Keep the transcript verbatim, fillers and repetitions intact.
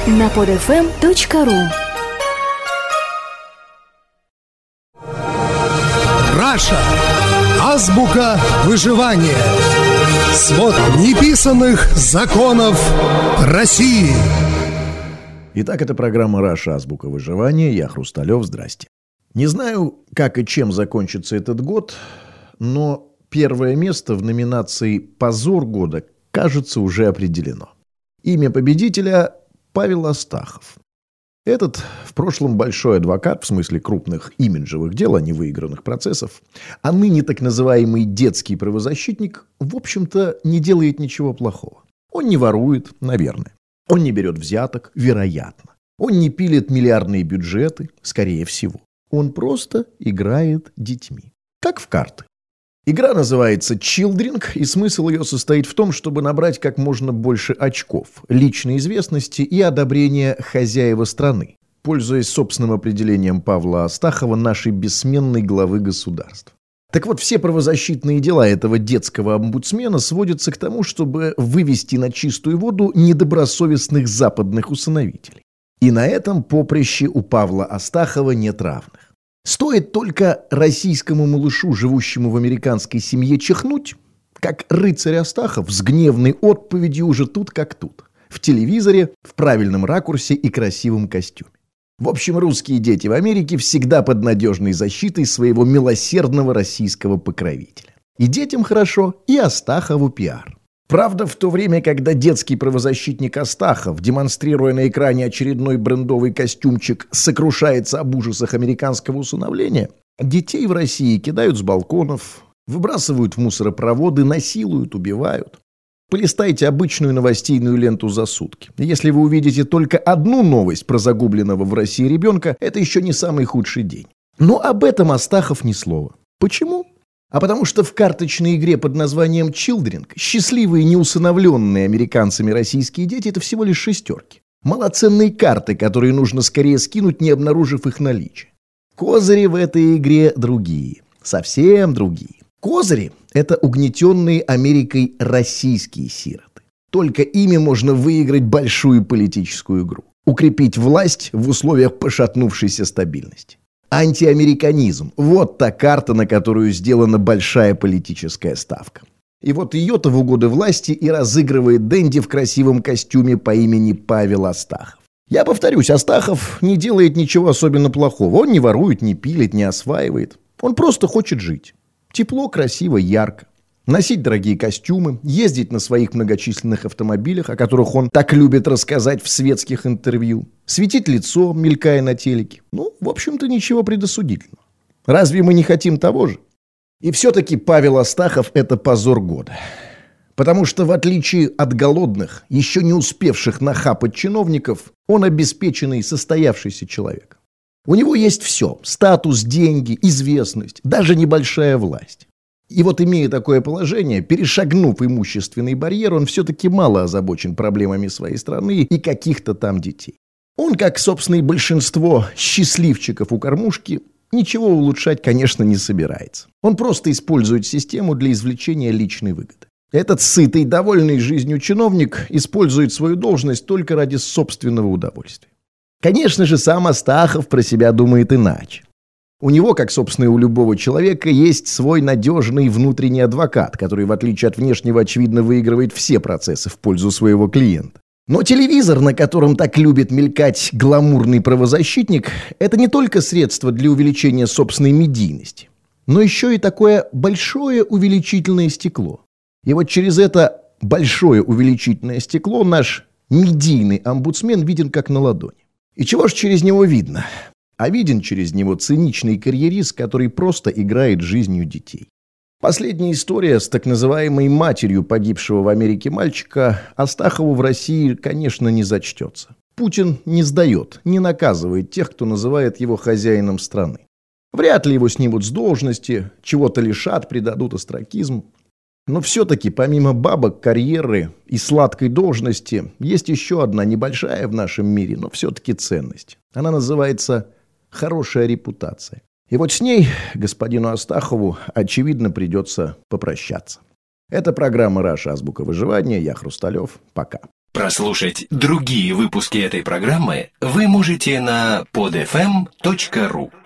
на подфм точка ру. Раша. Азбука выживания. Свод неписанных законов России. Итак, это программа «Раша. Азбука выживания». Я Хрусталев. Здрасте. Не знаю, как и чем закончится этот год, но первое место в номинации «Позор года», кажется, уже определено. Имя победителя – Павел Астахов. Этот в прошлом большой адвокат, в смысле крупных имиджевых дел, а не выигранных процессов, а ныне так называемый детский правозащитник, в общем-то, не делает ничего плохого. Он не ворует, наверное. Он не берет взяток, вероятно. Он не пилит миллиардные бюджеты, скорее всего. Он просто играет детьми. Как в карты. Игра называется «Чилдринг», и смысл ее состоит в том, чтобы набрать как можно больше очков, личной известности и одобрения хозяева страны, пользуясь собственным определением Павла Астахова, нашей бессменной главы государства. Так вот, все правозащитные дела этого детского омбудсмена сводятся к тому, чтобы вывести на чистую воду недобросовестных западных усыновителей. И на этом поприще у Павла Астахова нет равных. Стоит только российскому малышу, живущему в американской семье, чихнуть, как рыцарь Астахов с гневной отповедью уже тут как тут. В телевизоре, в правильном ракурсе и красивом костюме. В общем, русские дети в Америке всегда под надежной защитой своего милосердного российского покровителя. И детям хорошо, и Астахову пиар. Правда, в то время, когда детский правозащитник Астахов, демонстрируя на экране очередной брендовый костюмчик, сокрушается об ужасах американского усыновления, детей в России кидают с балконов, выбрасывают в мусоропроводы, насилуют, убивают. Полистайте обычную новостейную ленту за сутки. Если вы увидите только одну новость про загубленного в России ребенка, это еще не самый худший день. Но об этом Астахов ни слова. Почему? А потому что в карточной игре под названием «Чилдринг» счастливые неусыновленные американцами российские дети – это всего лишь шестерки. Малоценные карты, которые нужно скорее скинуть, не обнаружив их наличие. Козыри в этой игре другие. Совсем другие. Козыри – это угнетенные Америкой российские сироты. Только ими можно выиграть большую политическую игру. Укрепить власть в условиях пошатнувшейся стабильности. Антиамериканизм – вот та карта, на которую сделана большая политическая ставка. И вот ее-то в угоду власти и разыгрывает Дэнди в красивом костюме по имени Павел Астахов. Я повторюсь, Астахов не делает ничего особенно плохого. Он не ворует, не пилит, не осваивает. Он просто хочет жить. Тепло, красиво, ярко. Носить дорогие костюмы, ездить на своих многочисленных автомобилях, о которых он так любит рассказать в светских интервью, светить лицо, мелькая на телеке. Ну, в общем-то, ничего предосудительного. Разве мы не хотим того же? И все-таки Павел Астахов – это позор года. Потому что, в отличие от голодных, еще не успевших нахапать чиновников, он обеспеченный, состоявшийся человек. У него есть все – статус, деньги, известность, даже небольшая власть. И вот, имея такое положение, перешагнув имущественный барьер, он все-таки мало озабочен проблемами своей страны и каких-то там детей. Он, как, собственно, и большинство счастливчиков у кормушки, ничего улучшать, конечно, не собирается. Он просто использует систему для извлечения личной выгоды. Этот сытый, довольный жизнью чиновник использует свою должность только ради собственного удовольствия. Конечно же, сам Астахов про себя думает иначе. У него, как, собственно, и у любого человека, есть свой надежный внутренний адвокат, который, в отличие от внешнего, очевидно, выигрывает все процессы в пользу своего клиента. Но телевизор, на котором так любит мелькать гламурный правозащитник, это не только средство для увеличения собственной медийности, но еще и такое большое увеличительное стекло. И вот через это большое увеличительное стекло наш медийный омбудсмен виден как на ладони. И чего ж через него видно? А виден через него циничный карьерист, который просто играет жизнью детей. Последняя история с так называемой матерью погибшего в Америке мальчика Астахову в России, конечно, не зачтется. Путин не сдает, не наказывает тех, кто называет его хозяином страны. Вряд ли его снимут с должности, чего-то лишат, придадут остракизм. Но все-таки, помимо бабок, карьеры и сладкой должности, есть еще одна небольшая в нашем мире, но все-таки ценность. Она называется «хорошая репутация». И вот с ней господину Астахову, очевидно, придется попрощаться. Это программа «Раша. Азбука выживания». Я Хрусталев. Пока. Прослушать другие выпуски этой программы вы можете на под эф эм точка ру.